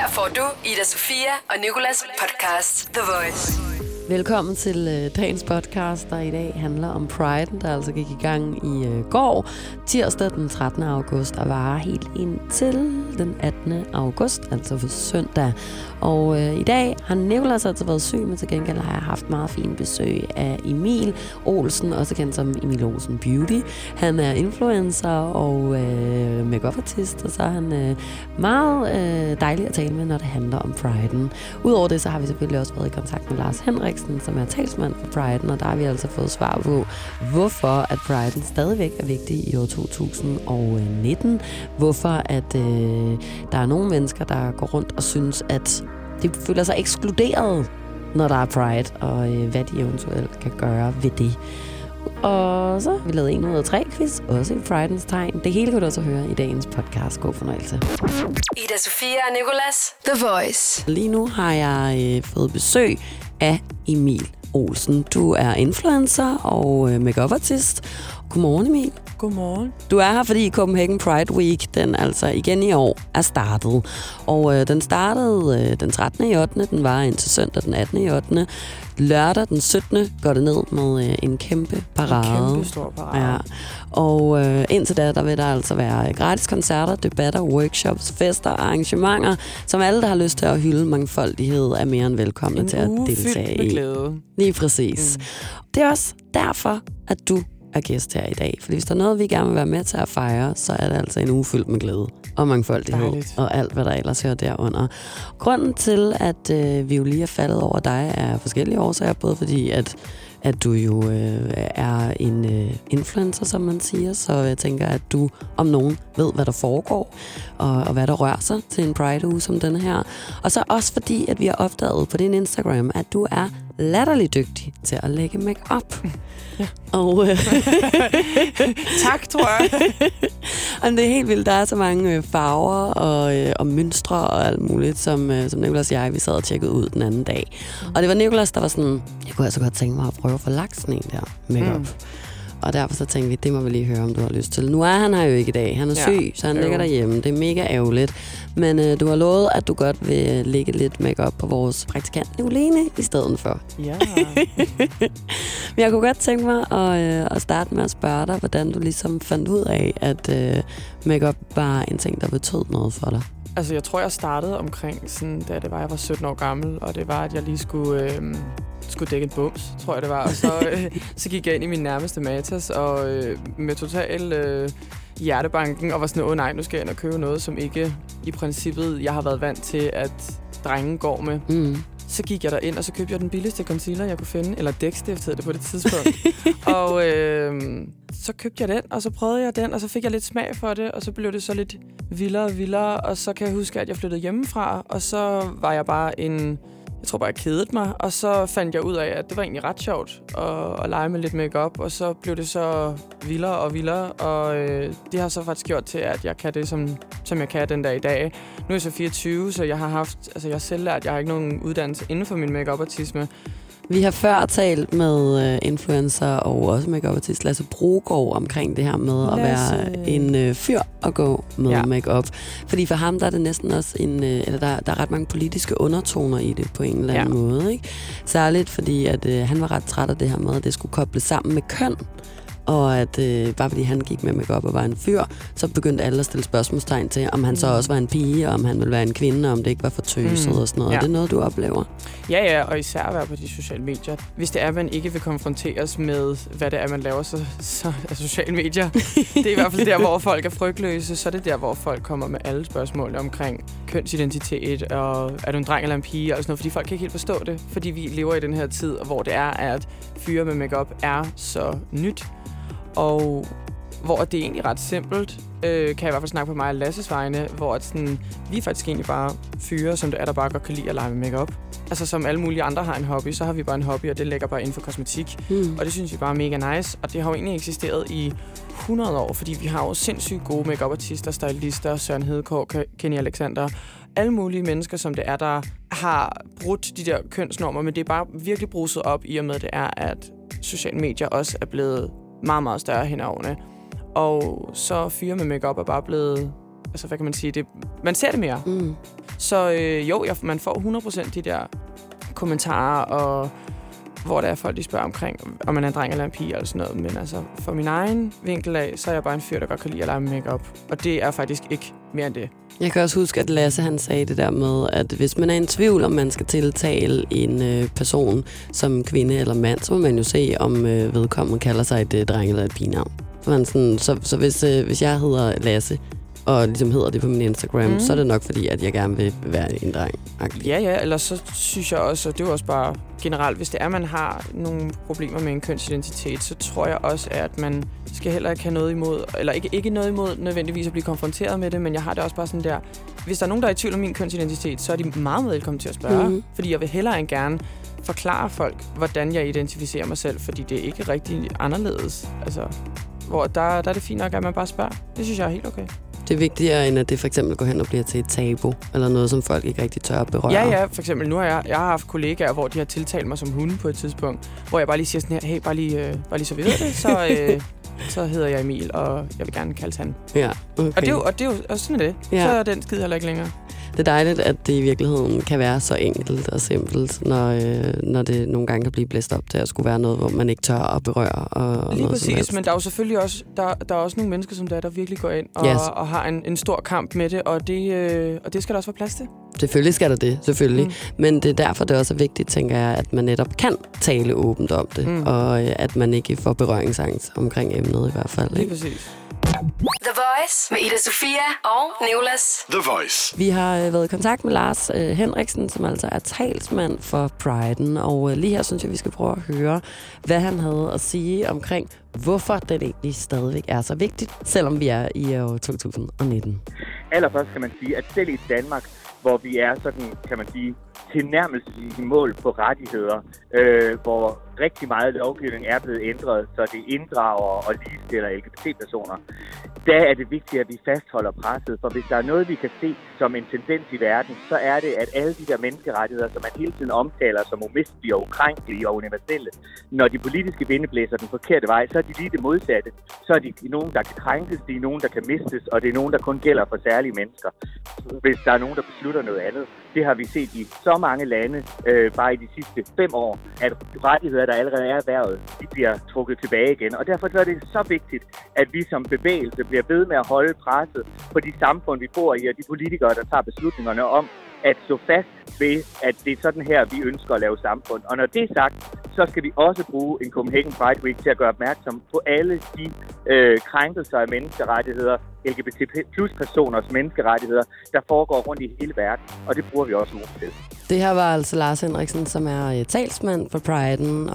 Her får du Ida Sofia og Nicolas podcast The Voice. Velkommen til dagens podcast, der i dag handler om Pride, der altså gik i gang i går, tirsdag den 13. august, og varer helt indtil den 18. august, altså for søndag. Og i dag har Nicolas altså været syg, men til gengæld har jeg haft meget fint besøg af Emil Olsen, også kendt som Emil Olsen Beauty. Han er influencer og make-up-artist, og så er han meget dejlig at tale med, når det handler om Pride'en. Udover det, så har vi selvfølgelig også været i kontakt med Lars Henriksen, som er talsmand for Pride'en, og der har vi altså fået svar på, hvorfor at Pride'en stadigvæk er vigtig i år 2019. Hvorfor at der er nogle mennesker, der går rundt og synes, at de føler sig ekskluderet, når der er Pride, og hvad de eventuelt kan gøre ved det. Og så har vi lavet 1 ud af 3 quiz, også i Pride'ens tegn. Det hele kan du også høre i dagens podcast. God fornøjelse. Ida Sofia og Nicolas, The Voice. Lige nu har jeg fået besøg af Emil Olsen. Du er influencer og make-up-artist. Godmorgen, Emil. Godmorgen. Du er her, fordi Copenhagen Pride Week, den altså igen i år er startet. Og den startede den 13. i 8. Den var indtil søndag den 18. i 8. Lørdag den 17. går det ned med en kæmpe parade. En kæmpe stor parade. Ja. Og indtil da, der vil der altså være gratis koncerter, debatter, workshops, fester og arrangementer, som alle, der har lyst til at hylde mangfoldighed, er mere end velkomne til at deltage i. Glæde. Lige præcis. Det er også derfor, at du er gæst her i dag. For hvis der er noget, vi gerne vil være med til at fejre, så er det altså en uge fyldt med glæde og mangfoldighed. Dejligt. Og alt, hvad der ellers hører derunder. Grunden til, at vi jo lige er faldet over dig, er forskellige årsager. Både fordi, at du jo er en influencer, som man siger. Så jeg tænker, at du om nogen ved, hvad der foregår, og hvad der rører sig til en Pride-uge som denne her. Og så også fordi, at vi har opdaget på din Instagram, at du er latterlig dygtig til at lægge make-up. Ja. Og tak, tror jeg. Og det er helt vildt. Der er så mange farver og mønstre og alt muligt, som Nicolas og jeg, vi sad og tjekkede ud den anden dag. Og det var Nicolas, der var sådan, jeg kunne altså godt tænke mig at prøve at få lagt sådan en der make-up. Og derfor så tænkte vi, det må vi lige høre, om du har lyst til. Nu er han her jo ikke i dag. Han er syg, så han ligger derhjemme. Det er mega ærgerligt. Men du har lovet, at du godt vil lægge lidt make-up på vores praktikant Nicoline i stedet for. Ja. Men jeg kunne godt tænke mig at starte med at spørge dig, hvordan du ligesom fandt ud af, at make-up var en ting, der betød noget for dig. Altså, jeg tror, jeg startede omkring, sådan, da det var, jeg var 17 år gammel, og det var, at jeg lige skulle dække en bums, tror jeg det var. Og så gik jeg ind i min nærmeste Matas, og med total hjertebanken, og var sådan, nej, nu skal jeg ind og købe noget, som ikke i princippet, jeg har været vant til, at drengen går med. Så gik jeg derind, og så købte jeg den billigste concealer, jeg kunne finde, eller dækstift hed det på det tidspunkt. Og så købte jeg den, og så prøvede jeg den, og så fik jeg lidt smag for det, og så blev det så lidt vildere og vildere, og så kan jeg huske, at jeg flyttede hjemmefra, og så var jeg bare jeg tror bare, jeg kedede mig, og så fandt jeg ud af, at det var egentlig ret sjovt at lege med lidt make-up, og så blev det så vildere og vildere, og det har så faktisk gjort til, at jeg kan det, som jeg kan den dag i dag. Nu er jeg så 24, så jeg har jeg har selv lært, jeg har ikke nogen uddannelse inden for min make-up-artisme. Vi har før talt med influencer og også make-up-artist Lasse Brogaard omkring det her med at være en fyr at gå med make-up. Fordi for ham der er det næsten også der er ret mange politiske undertoner i det på en eller anden måde. Ikke? Særligt fordi, at han var ret træt af det her med, at det skulle kobles sammen med køn. Og at bare fordi han gik med make-up og var en fyr, så begyndte alle at stille spørgsmålstegn til, om han så også var en pige, og om han ville være en kvinde, og om det ikke var for tøset og sådan noget. Ja. Er det noget, du oplever? Ja, og især at være på de sociale medier. Hvis det er, at man ikke vil konfronteres med, hvad det er, man laver, så er sociale medier. Det er i hvert fald der, hvor folk er frygtløse. Så er det der, hvor folk kommer med alle spørgsmål omkring kønsidentitet, og er du en dreng eller en pige, og sådan noget, fordi folk kan ikke helt forstå det. Fordi vi lever i den her tid, hvor det er, at fyre med make-up er så nyt. Og hvor det er egentlig ret simpelt, kan jeg i hvert fald snakke på mig og Lasses vegne, hvor at sådan, vi er faktisk egentlig bare fyre, som det er, der bare godt kan lide at lege med make-up. Altså som alle mulige andre har en hobby, så har vi bare en hobby, og det ligger bare inden for kosmetik. Og det synes vi bare er mega nice, og det har jo egentlig eksisteret i 100 år, fordi vi har jo sindssygt gode make-up-artister, stylister, Søren Hedegaard, Kenny Alexander, alle mulige mennesker, som det er, der har brudt de der kønsnormer, men det er bare virkelig bruset op i og med, det er, at sociale medier også er blevet meget, meget større hen ad årene. Og så fyre med make-up er bare blevet altså hvad kan man sige, man ser det mere. Så man får 100% de der kommentarer, og hvor der er folk, de spørger omkring, om man er en dreng eller en pige, eller sådan noget. Men altså, for min egen vinkel af, så er jeg bare en fyr, der godt kan lide at lege med make-up. Og det er faktisk ikke mere end det. Jeg kan også huske, at Lasse han sagde det der med, at hvis man er i tvivl, om man skal tiltale en person som kvinde eller mand, så må man jo se, om vedkommende kalder sig et dreng eller et pigenavn. Så hvis jeg hedder Lasse, og ligesom hedder det på min Instagram, så er det nok fordi, at jeg gerne vil være en dreng. Ja, eller så synes jeg også, og det er jo også bare generelt, hvis det er, man har nogle problemer med en kønsidentitet, så tror jeg også, at man skal heller ikke have noget imod, eller ikke noget imod nødvendigvis at blive konfronteret med det, men jeg har det også bare sådan der, hvis der er nogen, der er i tvivl om min kønsidentitet, så er de meget velkommen til at spørge, fordi jeg vil hellere end gerne forklare folk, hvordan jeg identificerer mig selv, fordi det er ikke rigtig anderledes. Altså, hvor der er det fint nok, at man bare spørger. Det synes jeg er helt okay. Det er vigtigere, end at det for eksempel går hen og bliver til et tabu, eller noget, som folk ikke rigtig tør at berøre. Ja, for eksempel nu har jeg har haft kollegaer, hvor de har tiltalt mig som hunde på et tidspunkt, hvor jeg bare lige siger sådan her, hey, bare lige så vi ved det, så hedder jeg Emil, og jeg vil gerne kaldes han. Ja, okay. Og det er jo sådan det. Ja. Så er den skid heller ikke længere. Det er dejligt, at det i virkeligheden kan være så enkelt og simpelt, når det nogle gange kan blive blæst op til at skulle være noget, hvor man ikke tør at berøre. Og lige præcis, men der er jo selvfølgelig også, der er også nogle mennesker, som der virkelig går ind og har en stor kamp med det, og det skal der også være plads til. Selvfølgelig skal der det, selvfølgelig. Men det er derfor, det også er vigtigt, tænker jeg, at man netop kan tale åbent om det, og at man ikke får berøringsangst omkring emnet i hvert fald. Lige præcis. The Voice med Ida Sofia og Nicolas. The Voice. Vi har været i kontakt med Lars Henriksen, som altså er talsmand for Priden. Og lige her synes jeg, vi skal prøve at høre, hvad han havde at sige omkring, hvorfor den egentlig stadigvæk er så vigtigt, selvom vi er i år 2019. Allerførst kan man sige, at selv i Danmark, hvor vi er sådan, kan man sige, tilnærmelsesvis i mål på rettigheder, hvor rigtig meget lovgivning er blevet ændret, så det inddrager og ligestiller LGBT-personer. Der er det vigtigt, at vi fastholder presset, for hvis der er noget, vi kan se som en tendens i verden, så er det, at alle de der menneskerettigheder, som man hele tiden omtaler som umistelige og ukrænkelige og universelle, når de politiske vinde blæser den forkerte vej, så er de lige det modsatte. Så er de nogen, der kan krænkes, de er nogen, der kan mistes, og det er nogen, der kun gælder for særlige mennesker. Hvis der er nogen, der beslutter noget andet. Det har vi set i så mange lande, bare i de sidste 5 år, at rettigheder, der allerede er erhvervet, de bliver trukket tilbage igen. Og derfor er det så vigtigt, at vi som bevægelse bliver ved med at holde presset på de samfund, vi bor i, og de politikere, der tager beslutningerne om at stå fast ved, at det er sådan her, vi ønsker at lave samfund. Og når det er sagt, så skal vi også bruge en Copenhagen Pride Week til at gøre opmærksom på alle de krænkelser af menneskerettigheder, LGBT plus personers menneskerettigheder, der foregår rundt i hele verden. Og det bruger vi også ugen til. Det her var altså Lars Henriksen, som er talsmand for Priden,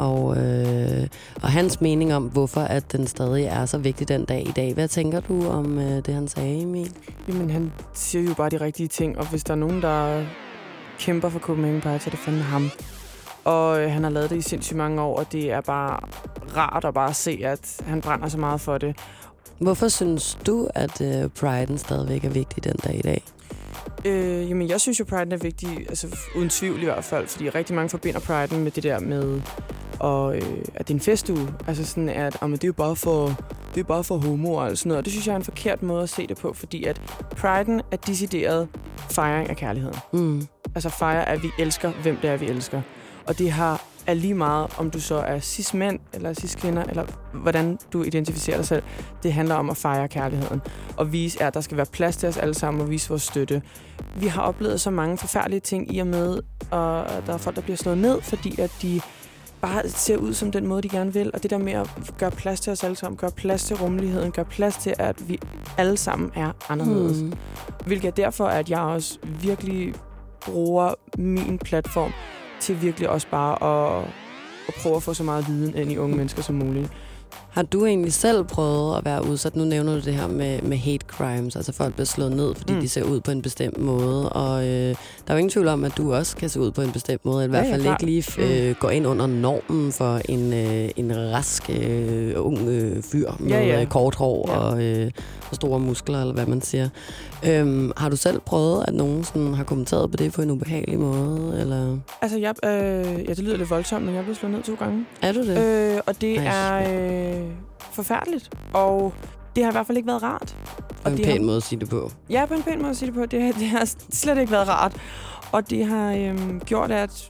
og hans mening om, hvorfor at den stadig er så vigtig den dag i dag. Hvad tænker du om det, han sagde, Emil? Jamen, han siger jo bare de rigtige ting, og hvis der er nogen, der kæmper for Copenhagen Pride, så er det fandme ham. Og han har lavet det i sindssygt mange år, og det er bare rart at bare se, at han brænder så meget for det. Hvorfor synes du, at Priden stadigvæk er vigtig den dag i dag? Jamen, jeg synes jo, Priden er vigtig, altså uden tvivl i hvert fald, fordi rigtig mange forbinder Priden med det der med, at det er en festuge. Altså sådan, at det er jo bare for homoer og sådan noget. Og det synes jeg er en forkert måde at se det på, fordi at Priden er decideret fejring af kærligheden. Altså fejre, at vi elsker, hvem det er, vi elsker. Og det er lige meget, om du så er cis-mænd eller cis-kvinder, eller hvordan du identificerer dig selv. Det handler om at fejre kærligheden. Og vise, at der skal være plads til os alle sammen og vise vores støtte. Vi har oplevet så mange forfærdelige ting i og med, og der er folk, der bliver slået ned, fordi at de bare ser ud som den måde, de gerne vil. Og det der med at gøre plads til os alle sammen, gøre plads til rummeligheden, gøre plads til, at vi alle sammen er anderledes. Hvilket er derfor, at jeg også virkelig bruger min platform til virkelig også bare at prøve at få så meget viden ind i unge mennesker som muligt. Har du egentlig selv prøvet at være udsat? Nu nævner du det her med hate crimes, altså folk bliver slået ned, fordi de ser ud på en bestemt måde, og der er jo ingen tvivl om, at du også kan se ud på en bestemt måde, eller i hvert fald ikke lige går ind under normen for en rask ung fyr med kort hår og store muskler, eller hvad man siger. Har du selv prøvet, at nogen sådan har kommenteret på det på en ubehagelig måde? Eller? Altså, det lyder lidt voldsomt, men jeg er blevet slået ned 2 gange. Er du det? Og det er forfærdeligt. Og det har i hvert fald ikke været rart. På en pæn måde at sige det på. Ja, på en pæn måde at sige det på. Det har slet ikke været rart. Og det har gjort,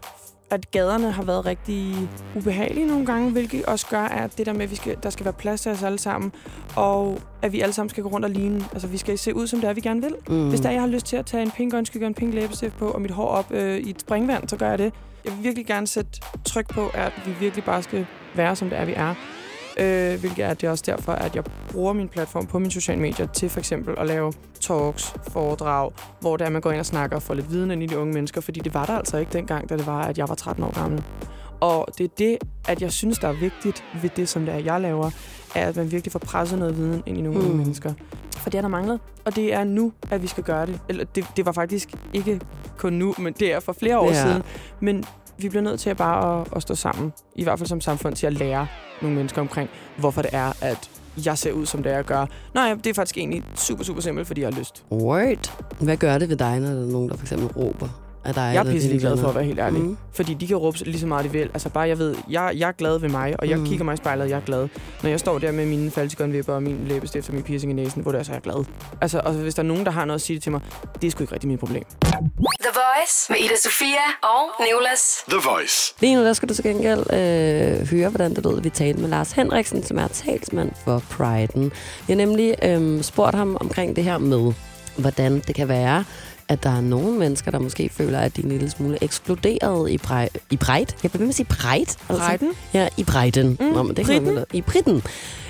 at gaderne har været rigtig ubehagelige nogle gange, hvilket også gør, at det der med, at der skal være plads til os alle sammen, og at vi alle sammen skal gå rundt og ligne. Altså, vi skal se ud, som det er, vi gerne vil. Hvis der jeg har lyst til at tage en pink øjenskygge og en pink læbestift på, og mit hår op i et springvand, så gør jeg det. Jeg vil virkelig gerne sætte tryk på, at vi virkelig bare skal være, som det er, vi er. Hvilket er det også derfor, at jeg bruger min platform på mine sociale medier til for eksempel at lave talks, foredrag, hvor der man går ind og snakker og får lidt viden ind i de unge mennesker, fordi det var der altså ikke dengang, da det var, at jeg var 13 år gammel. Og det er det, at jeg synes, der er vigtigt ved det, som det er, jeg laver, er, at man virkelig får presset noget viden ind i nogle unge mennesker. For det er der manglet, og det er nu, at vi skal gøre det. Eller det var faktisk ikke kun nu, men det er for flere år siden. Men vi bliver nødt til bare at stå sammen, i hvert fald som samfund, til at lære nogle mennesker omkring, hvorfor det er, at jeg ser ud, som det er, jeg gør. Nej, det er faktisk egentlig super, super simpelt, fordi jeg har lyst. Word. Hvad gør det ved dig, når der er nogen, der for eksempel råber af dig? Jeg er pisselig glad for at være helt ærlig. Fordi de kan råbe lige så meget, de vil. Altså bare, jeg ved, jeg er glad ved mig, og jeg kigger mig i spejlet, og jeg er glad. Når jeg står der med mine falsikonvipper og min læbestift og min piercing i næsen, hvor det er, så er jeg glad. Altså, og hvis der er nogen, der har noget at sige det til mig, det er sgu ikke rigtig mit problem. The Voice med Ida Sofia og Nicolas. The Voice. Lige nu, der skal du så gengæld høre, hvordan det lød, vi talte med Lars Henriksen, som er talsmand for Pride'en. Jeg har nemlig spurgt ham omkring det her med, hvordan det kan være, at der er nogle mennesker, der måske føler, at de er en lille smule eksploderet i Pride. Jeg bliver ved med at sige Pride. Pride'en? Ja, i Pride'en. Nå, men det kan I Briten.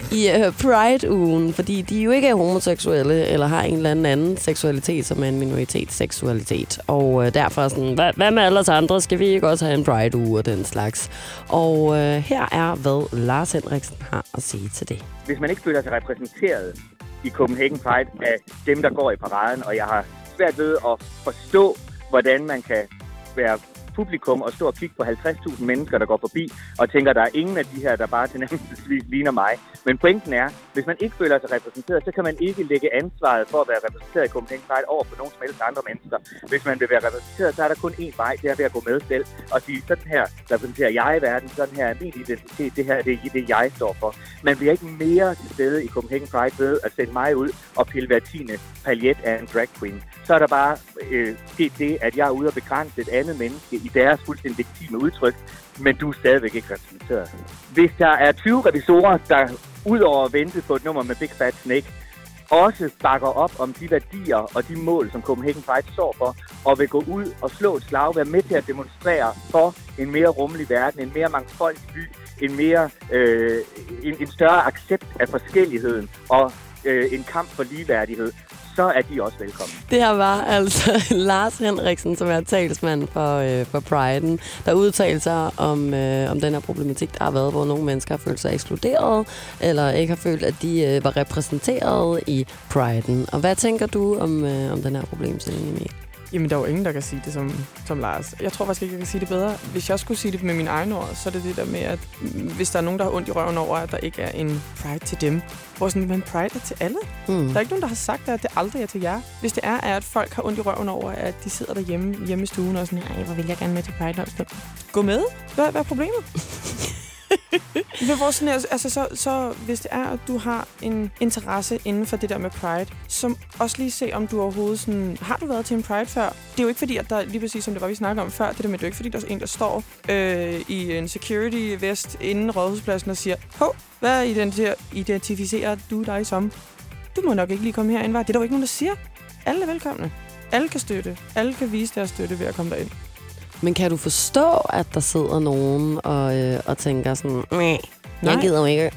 I Pride-ugen, fordi de jo ikke er homoseksuelle, eller har en eller anden seksualitet, som er en minoritetsseksualitet. Og derfor sådan, hvad med alle os andre? Skal vi ikke også have en Pride-uge og den slags? Og her er, hvad Lars Henriksen har at sige til det. Hvis man ikke føler sig repræsenteret i Copenhagen Pride af dem, der går i paraden, og jeg har svært ved at forstå, hvordan man kan være publikum og stå og kigge på 50.000 mennesker, der går forbi, og tænker, der er ingen af de her, der bare tilnærmelsesvis ligner mig. Men pointen er, hvis man ikke føler sig repræsenteret, så kan man ikke lægge ansvaret for at være repræsenteret i Copenhagen Pride over på nogen som helst andre mennesker. Hvis man vil være repræsenteret, så er der kun én vej, det er ved at gå med selv og sige, sådan her repræsenterer jeg i verden, sådan her er min identitet, det her det er det, jeg står for. Man bliver ikke mere til stede i Copenhagen Pride ved at sende mig ud og pille hver 10. paljet af en drag queen. Så er der bare sket det, at jeg er ude og begrænse et andet menneske i deres fuldstændig legitime udtryk, men du er stadigvæk ikke repræsenteret. Hvis der er 20 revisorer, der udover at vente på et nummer med Big Fat Snake, også bakker op om de værdier og de mål, som Copenhagen Pride står for, og vil gå ud og slå et slag, være med til at demonstrere for en mere rummelig verden, en mere mangfoldig by, en større accept af forskelligheden og en kamp for ligeværdighed, så er de også velkommen. Det her var altså Lars Henriksen, som er talsmand for Pride'en, der udtalte sig om den her problematik, der har været, hvor nogle mennesker har følt sig ekskluderet, eller ikke har følt, at de var repræsenteret i Pride'en. Og hvad tænker du om den her problemstilling, Emil? Jamen, der er jo ingen, der kan sige det som Lars. Jeg tror faktisk ikke, jeg kan sige det bedre. Hvis jeg skulle sige det med mine egne ord, så er det det der med, at hvis der er nogen, der har ondt i røven over, at der ikke er en Pride til dem. Hvor sådan, men Pride er til alle. Der er ikke nogen, der har sagt, at det aldrig er til jer. Hvis det er, at folk har ondt i røven over, at de sidder derhjemme i stuen og sådan, nej, hvor vil jeg gerne med til Pride? Gå med. Hvad er problemet? Så hvis det er, at du har en interesse inden for det der med Pride, så også lige se, om du overhovedet sådan... Har du været til en Pride før? Det er jo ikke fordi, at der lige præcis, som det var, vi snakkede om før, det der med, det er jo ikke fordi, der er en, der står i en security-vest inden rådhuspladsen og siger, hov, hvad identificerer du dig som? Du må nok ikke lige komme herind, var. Det er der jo ikke nogen, der siger. Alle er velkomne. Alle kan støtte. Alle kan vise deres støtte ved at komme derind. Men kan du forstå, at der sidder nogen og tænker sådan, jeg gider jo ikke.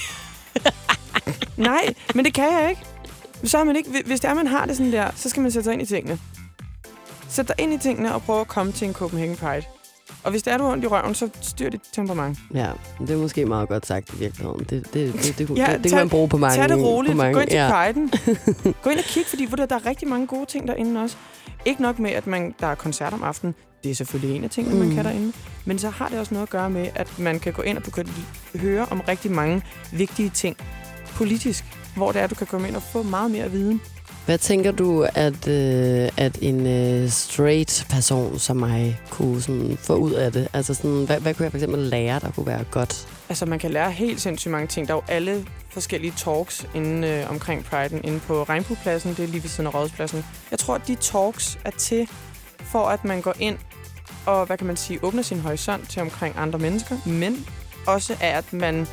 Nej, men det kan jeg ikke. Så har man ikke. Hvis det er, man har det sådan der, så skal man sætte sig ind i tingene. Sæt dig ind i tingene og prøv at komme til en Copenhagen Pride. Og hvis det er, du har ondt i røven, så styr dit temperament. Ja, det er måske meget godt sagt i virkeligheden. Det kan man bruge på mange. Tag det roligt. Gå ind til Pride'en. Gå ind og kig, fordi der er rigtig mange gode ting derinde også. Ikke nok med, at der er koncert om aftenen. Det er selvfølgelig en af tingene, man kan derinde. Men så har det også noget at gøre med, at man kan gå ind og du kan høre om rigtig mange vigtige ting politisk, hvor det er, du kan komme ind og få meget mere viden. Hvad tænker du, at en straight person som mig kunne sådan få ud af det? Altså sådan, hvad kunne jeg for eksempel lære, der kunne være godt Altså, man kan lære helt sindssygt mange ting. Der er jo alle forskellige talks inde omkring Pride'en inde på Regnbuepladsen. Det er lige ved siden af Rådhuspladsen. Jeg tror, at de talks er til for, at man går ind og, hvad kan man sige, åbner sin horisont til omkring andre mennesker. Men også er, at man,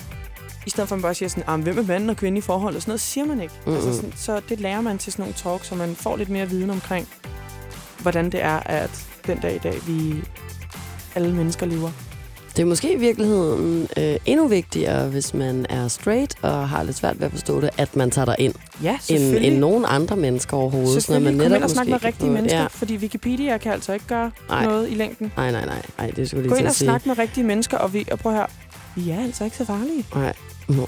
i stedet for at man bare siger sådan, hvem er manden og kvinden i forholdet, sådan noget siger man ikke. Altså, sådan, så det lærer man til sådan nogle talks, så man får lidt mere viden omkring, hvordan det er, at den dag i dag, vi alle mennesker lever. Det er måske i virkeligheden endnu vigtigere, hvis man er straight og har lidt svært ved at forstå det, at man tager dig ind. Ja, end nogen andre mennesker overhovedet. Selvfølgelig, kom ind og snakke med rigtige mennesker, fordi Wikipedia kan altså ikke gøre noget i længden. Nej, det skulle lige gå ind og snakke med rigtige mennesker, og prøv at høre, vi er altså ikke så farlige. Nej. No.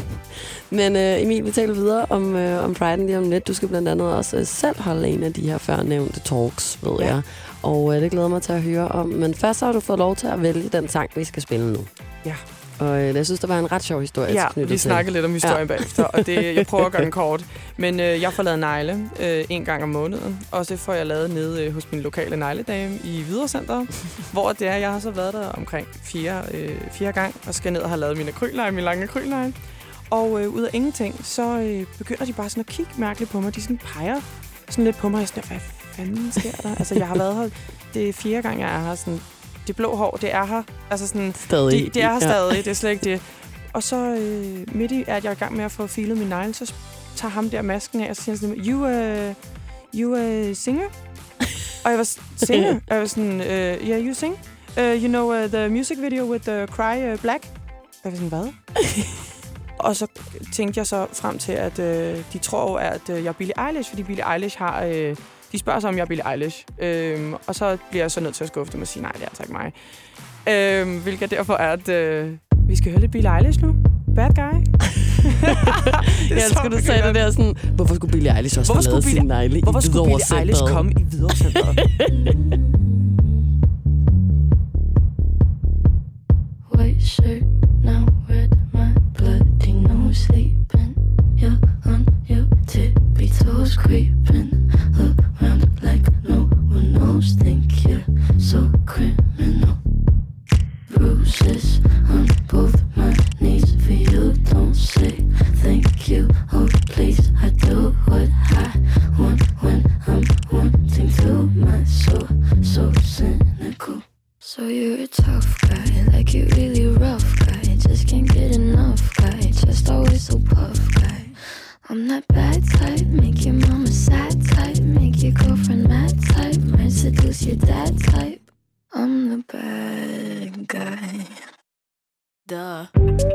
Men Emil, vi taler videre om Pride'en lige om lidt. Du skal blandt andet også selv holde en af de her førnævnte talks, ved jeg. Og det glæder mig til at høre om. Men først så har du fået lov til at vælge den sang, vi skal spille nu. Ja. Og jeg synes, der var en ret sjov historie. Ja, vi snakker lidt om historien bagefter, og jeg prøver at gøre den kort. Men jeg får lavet negle en gang om måneden, og så får jeg lavet nede hos min lokale negledame i Hvidovre, hvor det er, jeg har så været der omkring 4 gange, og skal ned og have lavet min lange akrylnegle. Og ud af ingenting, så begynder de bare sådan at kigge mærkeligt på mig. De sådan peger sådan lidt på mig, og sådan, hvad fanden sker der? Altså, jeg har været her, det er 4 gange, jeg er her, sådan, det blå hår, det er her. Altså sådan, stadig. Det er her stadig, det er slet ikke det. Og så midt i, at jeg er i gang med at få filet min negle, så tager ham der masken af, og så siger han sådan, you singer? Og jeg var singer? Og jeg var sådan, yeah, you sing? You know the music video with the Cry Black? Og jeg var sådan, hvad? Og så tænkte jeg så frem til, at de tror, at jeg er Billie Eilish, fordi Billie Eilish har... de spørger så, om jeg er Billie Eilish. Og så bliver jeg så nødt til at skuffe dem og sige, nej, det er altså ikke mig. Hvilket derfor er, at vi skal høre lidt Billie Eilish nu. Bad guy. Jeg skulle du sige det der sådan, hvorfor skulle Billie Eilish også få lavet sin negle i Hvidovre Centret? Hvorfor skulle Billie Eilish komme i Hvidovre Centret? White shirt, now red, my bloody nose sleeping. You're on your tippy toes creeping around like no one knows. Think you're so criminal. Bruises on both my knees for you. Don't say thank you. Oh please, I do what I want when I'm wanting to. My soul so cynical. So you're a tough guy, like you really rough guy. Just can't get enough guy, just always so puff guy. I'm that bad type, make your mama sad type, make your girlfriend mad type, might seduce your dad type. I'm the bad guy. Duh.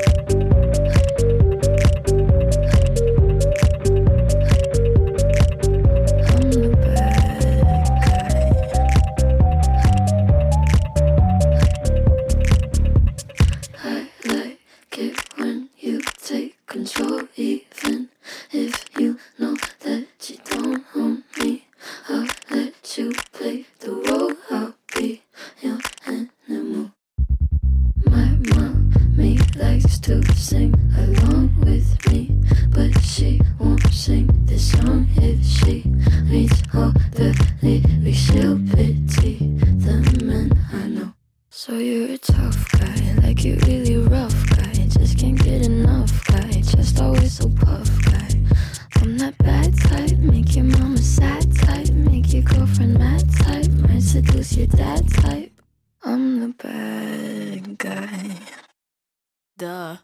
Control, even if you know that you don't own me. I'll let you play the role. I'll be your animal. My mommy likes to sing along with me, but she won't sing this song if she reads all the lyrics. She'll pity the men I know. So you're a tough guy, like you really rough guy. Just can't get enough guy, just always so puff guy. I'm that bad type, make your mama sad type, make your girlfriend mad type, might seduce your dad type. I'm the bad guy. Duh.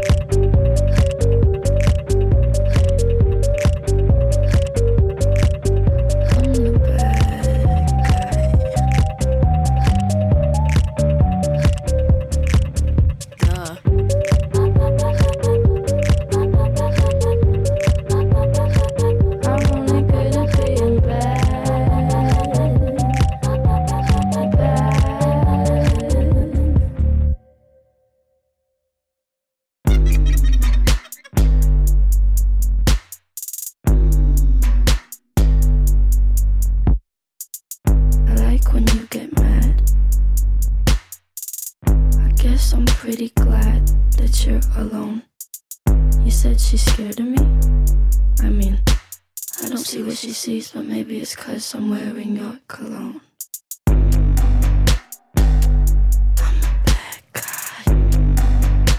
I'm pretty glad that you're alone. You said she's scared of me? I mean, I don't see what she sees, but maybe it's 'cause I'm wearing your cologne. I'm a bad guy.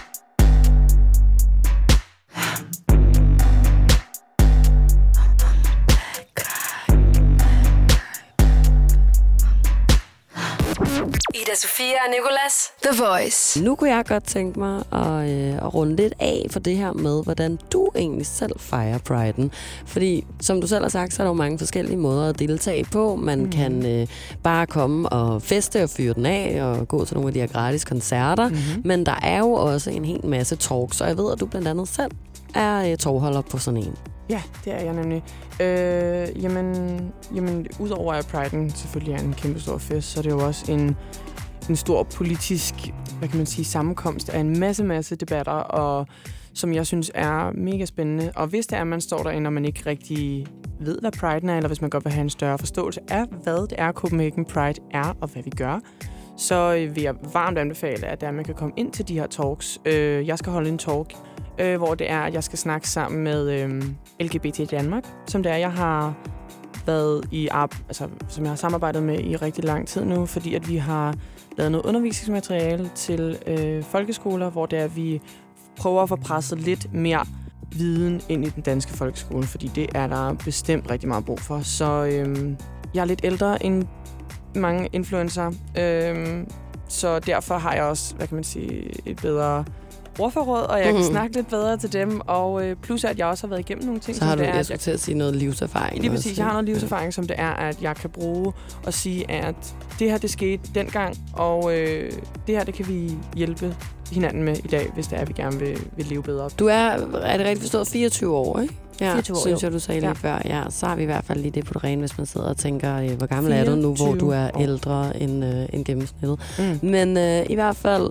Ida Sofia og Nicolas, The Voice. Nu kunne jeg godt tænke mig at runde lidt af for det her med, hvordan du egentlig selv fejrer Pride'en. Fordi, som du selv har sagt, så er der jo mange forskellige måder at deltage på. Man kan bare komme og feste og fyre den af og gå til nogle af de her gratis koncerter. Men der er jo også en hel masse talks, og jeg ved, at du blandt andet selv er tovholder på sådan en. Ja, det er jeg nemlig. Jamen, udover at Pride'en selvfølgelig er en kæmpe stor fest, så er det jo også en stor politisk, hvad kan man sige, sammenkomst af en masse debatter, og som jeg synes er mega spændende. Og hvis det er, at man står derinde, og man ikke rigtig ved, hvad Pride'en er, eller hvis man godt vil have en større forståelse af, hvad det er, Copenhagen Pride er, og hvad vi gør, så vil jeg varmt anbefale, at man kan komme ind til de her talks. Jeg skal holde en talk, hvor det er, at jeg skal snakke sammen med LGBT i Danmark, som det er, jeg har været som jeg har samarbejdet med i rigtig lang tid nu, fordi at vi har lavet noget undervisningsmateriale til folkeskoler, hvor det er, at vi prøver at få presset lidt mere viden ind i den danske folkeskole, fordi det er der bestemt rigtig meget brug for. Så jeg er lidt ældre end mange influencer, så derfor har jeg også, hvad kan man sige, et bedre ordforråd, og jeg kan snakke lidt bedre til dem, og plus at jeg også har været igennem nogle ting. Så har du, jeg skulle til at sige noget livserfaring. Lige præcis, jeg har noget livserfaring, som det er, at jeg kan bruge og sige, at det her, det skete dengang, og det her, det kan vi hjælpe hinanden med i dag, hvis det er, at vi gerne vil leve bedre. Du er det rigtigt forstået, 24 år, ikke? Ja, 24 år, synes jeg, du sagde lige før. Ja, så har vi i hvert fald lige det på det rene, hvis man sidder og tænker, hvor gammel er du nu, hvor du er ældre end gennemsnittet. Men i hvert fald,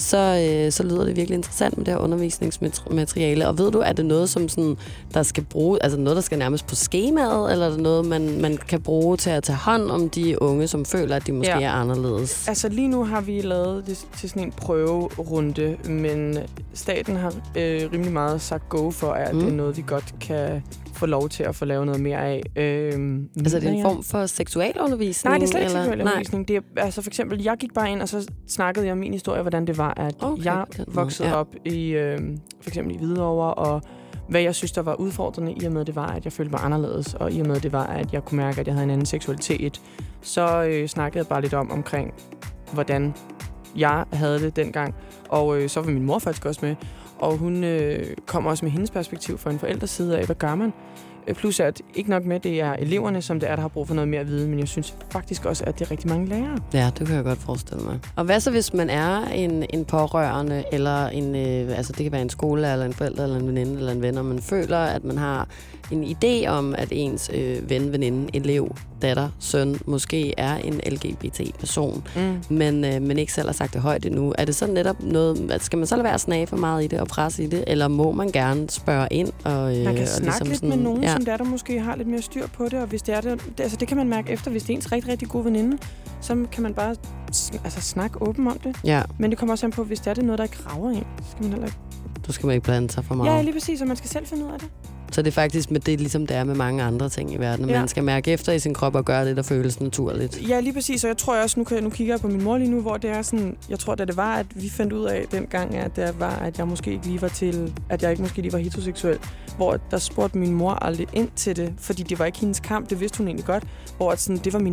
så lyder det virkelig interessant med det her undervisningsmateriale. Og ved du, er det noget, som sådan, der skal bruge, altså noget, der skal nærmest på skemaet, eller er det noget, man kan bruge til at tage hånd om de unge, som føler, at de måske er anderledes? Altså lige nu har vi lavet det til sådan en prøverunde, men staten har rimelig meget sagt go for, at det er noget, vi godt kan få lov til at få lavet noget mere af. Altså, det er en form for seksualundervisning? Nej, det er slet ikke seksualundervisning. Det er, altså, for eksempel, jeg gik bare ind, og så snakkede jeg om min historie, hvordan det var, at jeg voksede op i, for eksempel i Hvidovre, og hvad jeg synes, der var udfordrende, i og med det var, at jeg følte mig anderledes, og i og med det var, at jeg kunne mærke, at jeg havde en anden seksualitet, så snakkede jeg bare lidt omkring, hvordan jeg havde det dengang. Og så var min mor faktisk også med, og hun kom også med hendes perspektiv fra en forældres side af, hvad gør man? Plus at ikke nok med, det er eleverne, som det er, der har brug for noget mere viden, men jeg synes faktisk også, at det er rigtig mange lærere. Ja, det kan jeg godt forestille mig. Og hvad så, hvis man er en pårørende, eller altså det kan være en skole, eller en forælder, eller en veninde, eller en ven, og man føler, at man har en idé om, at ens ven, veninde, elev, datter, søn, måske er en LGBT-person, men ikke selv har sagt det højt endnu. Er det så netop noget, skal man så lade være at snage for meget i det og presse i det, eller må man gerne spørge ind? Og, man kan snakke ligesom lidt sådan, med nogen, som der måske har lidt mere styr på det, og hvis det er det, altså det kan man mærke efter, hvis det er ens rigtig, rigtig gode veninde, så kan man bare snakke åben om det. Ja. Men det kommer også an på, hvis det er det noget, der ikke rager en, så skal man heller ikke. Du skal man ikke blande sig for meget. Ja, lige præcis, og man skal selv finde ud af det. Så det er faktisk med det, ligesom det er med mange andre ting i verden. Man skal mærke efter i sin krop og gøre det, der føles naturligt. Ja, lige præcis. Og jeg tror også, nu kigger jeg på min mor lige nu, hvor det er sådan, jeg tror, at det var, at vi fandt ud af dengang, at det var, at jeg måske ikke lige var at jeg ikke måske lige var heteroseksuel. Hvor der spurgte min mor aldrig ind til det, fordi det var ikke hendes kamp, det vidste hun egentlig godt. Hvor at sådan, det var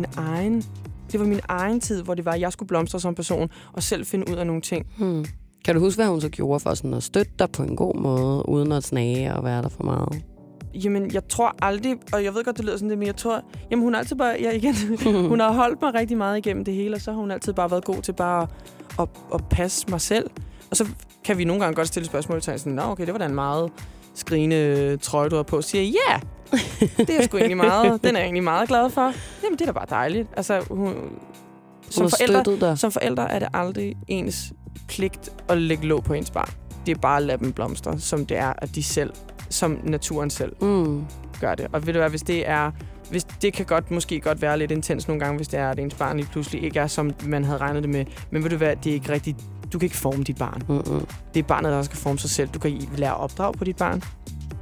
min egen tid, hvor det var, at jeg skulle blomstre som person og selv finde ud af nogle ting. Kan du huske, hvad hun så gjorde for sådan at støtte dig på en god måde, uden at snage og være der for meget? Jamen, jeg tror aldrig, og jeg ved godt, det lyder sådan det, men jeg tror, hun har altid bare, hun har holdt mig rigtig meget igennem det hele, og så har hun altid bare været god til bare at passe mig selv. Og så kan vi nogle gange godt stille spørgsmål til sådan, okay, det var da en meget skrigende trøje, du har på. Så siger jeg, det er sgu egentlig meget, den er jeg egentlig meget glad for. Jamen, det er da bare dejligt. Altså, som forældre er det aldrig ens pligt at lægge låg på ens barn. Det er bare at lade dem blomstre, som det er, at de selv, som naturen selv gør det. Og ved du hvad, hvis det kan måske godt være lidt intens nogle gange, hvis det er, at ens barn lige pludselig ikke er, som man havde regnet det med. Men ved du hvad, det er ikke rigtigt. Du kan ikke forme dit barn. Det er barnet, der skal forme sig selv. Du kan lære at opdrage på dit barn.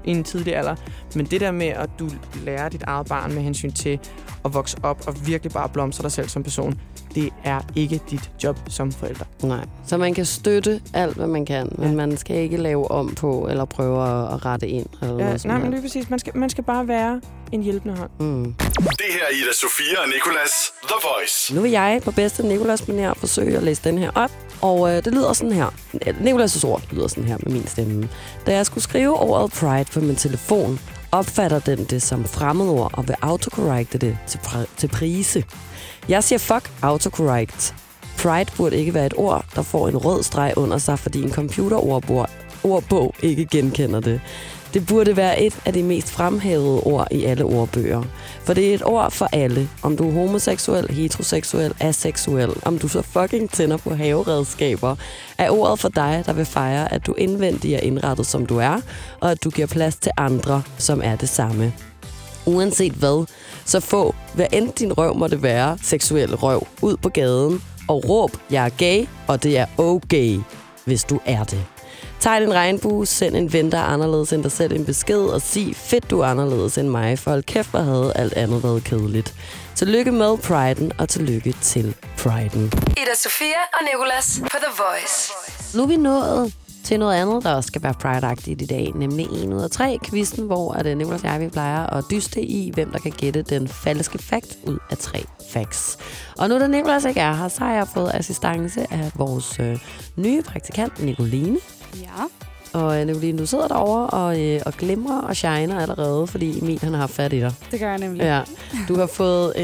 i en tidlig alder. Men det der med, at du lærer dit eget barn med hensyn til at vokse op og virkelig bare blomstre dig selv som person, det er ikke dit job som forælder. Nej, så man kan støtte alt, hvad man kan, men man skal ikke lave om på eller prøve at rette ind. Eller Nej, men lige præcis. Man skal bare være en hjælpende hånd. Det her er Ida Sofia og Nicolas, The Voice. Nu vil jeg på bedste Nicolas-manér forsøge at læse den her op, og det lyder sådan her. Nicolas' ord lyder sådan her med min stemme. Da jeg skulle skrive ordet Pride på min telefon, opfatter den det som fremmedord og vil autocorrecte det til prise. Jeg siger fuck autocorrect. Pride burde ikke være et ord, der får en rød streg under sig, fordi en computerordbog ikke genkender det. Det burde være et af de mest fremhævede ord i alle ordbøger. For det er et ord for alle. Om du er homoseksuel, heteroseksuel, aseksuel, om du så fucking tænder på haveredskaber, er ordet for dig, der vil fejre, at du indvendigt er indrettet, som du er, og at du giver plads til andre, som er det samme. Uanset hvad, så få, hvad end din røv måtte være, seksuel røv, ud på gaden og råb, jeg er gay, og det er okay, hvis du er det. Tegn en regnbue, send en ven, der er anderledes end dig selv en besked, og sig, fedt du er anderledes end mig, for hold kæft, hvor havde alt andet været kedeligt. Tillykke med Pride'en, og tillykke til Pride'en. Ida Sofia og Nicolas på The Voice. Nu er vi nået til noget andet, der også skal være Pride-agtigt i dag, nemlig 1 ud af 3 quizzen, hvor at Nicolas og jeg, vi plejer at dyste i, hvem der kan gætte den falske fact ud af 3 facts. Og nu da Nicolas ikke er her, så har jeg fået assistance af vores nye praktikant, Nicoline. Ja. Og Nicoline, du sidder derovre og glimrer og shiner allerede, fordi Emil han har haft fat i dig. Det gør jeg nemlig. Ja. Du har fået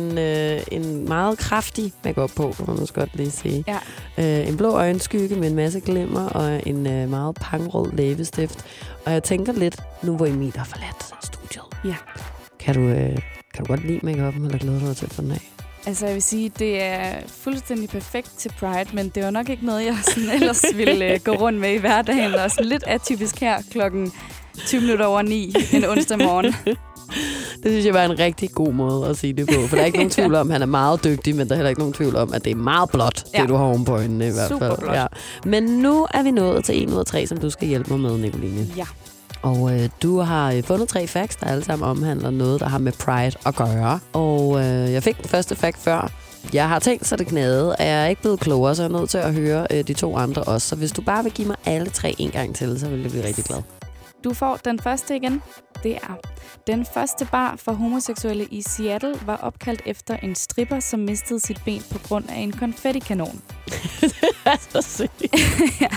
en meget kraftig makeup på, kan man også godt lige sige. Ja. En blå øjenskygge med en masse glimmer og en meget pangrød læbestift. Og jeg tænker lidt, nu hvor Emil har forladt studiet. Ja. Kan du godt lide make-up'en, eller glæder du dig til at få den af? Altså, jeg vil sige, det er fuldstændig perfekt til Pride, men det var nok ikke noget, jeg sådan ellers ville gå rundt med i hverdagen. Og sådan lidt atypisk her 20:20 en onsdag morgen. Det synes jeg var en rigtig god måde at sige det på. For der er ikke nogen tvivl om, at han er meget dygtig, men der er heller ikke nogen tvivl om, at det er meget blåt, det du har oven på øjnene i hvert fald. Super blåt. Ja. Men nu er vi nået til 1 ud af 3, som du skal hjælpe mig med, Nicoline. Ja. Og du har fundet 3 facts, der alle sammen omhandler noget, der har med Pride at gøre. Og jeg fik den første fact før. Jeg har tænkt, så det knæde, og jeg er ikke blevet klogere, så jeg er nødt til at høre de 2 andre også. Så hvis du bare vil give mig alle 3 en gang til, så vil jeg blive rigtig glad. Du får den første igen. Det er: den første bar for homoseksuelle i Seattle var opkaldt efter en stripper, som mistede sit ben på grund af en konfettikanon. Det er så sygt. Ja.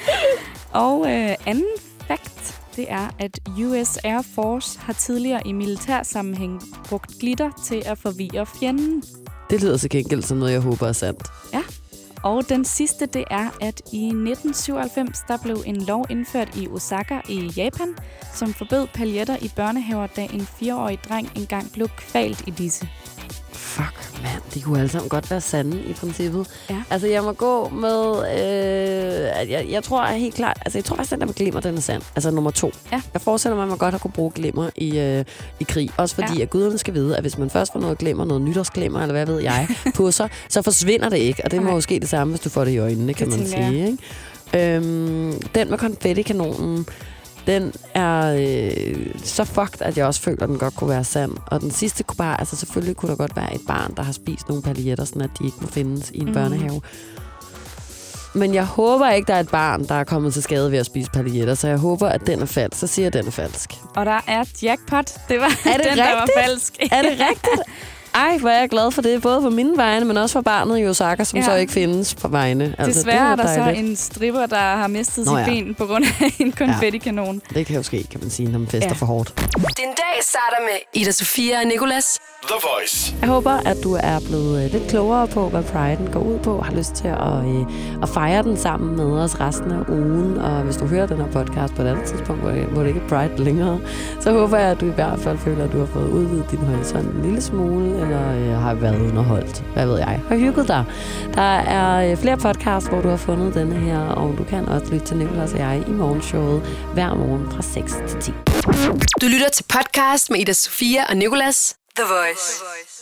Og anden fact, det er, at US Air Force har tidligere i militærsammenhæng brugt glitter til at forvirre fjenden. Det lyder så gengæld som noget, jeg håber er sandt. Ja. Og den sidste, det er, at i 1997, der blev en lov indført i Osaka i Japan, som forbød paljetter i børnehaver, da en 4-årig dreng engang blev kvalt i disse. Fuck, mand. De kunne alle sammen godt være sande i princippet. Ja. Altså, jeg må gå med... jeg tror helt klart... Altså, jeg tror faktisk, at den der med glimmer, den er sand. Altså, nummer 2. Ja. Jeg forestiller mig, at man godt har kunne bruge glimmer i krig. Også fordi, at guderne skal vide, at hvis man først får noget glimmer, noget nytårsglimmer, eller hvad ved jeg, på sig, så forsvinder det ikke. Og det må jo ske det samme, hvis du får det i øjnene, kan man sige. Ikke? Den med konfettikanonen, den er så fucked, at jeg også føler, at den godt kunne være sand. Og den sidste kunne bare... Altså, selvfølgelig kunne der godt være et barn, der har spist nogle paljetter, sådan at de ikke må findes i en børnehave. Men jeg håber ikke, der er et barn, der er kommet til skade ved at spise paljetter, så jeg håber, at den er falsk. Så siger jeg, at den er falsk. Og der er jackpot. Det var er det den, der var falsk. Er det rigtigt? Ej, hvor er jeg glad for det. Både for mine vegne, men også for barnet i Osaka, som så ikke findes på vegne. Altså, desværre er der så en stripper, der har mistet sit ben på grund af en konfettikanon. Det kan jo ske, kan man sige, når man fester for hårdt. Den dag starter med Ida Sofia og Nicolas. The Voice. Jeg håber, at du er blevet lidt klogere på, hvad Pride'en går ud på, og har lyst til at fejre den sammen med os resten af ugen. Og hvis du hører den her podcast på et andet tidspunkt, hvor det ikke er Pride længere, så håber jeg, at du i hvert fald føler, at du har fået udvidet din horisont en lille smule, eller har været underholdt. Hvad ved jeg? Har hygget dig. Der er flere podcasts, hvor du har fundet denne her, og du kan også lytte til Nicolas og jeg i morgenshowet hver morgen fra 6 til 10. Du lytter til podcast med Ida Sofia og Nicolas. The Voice.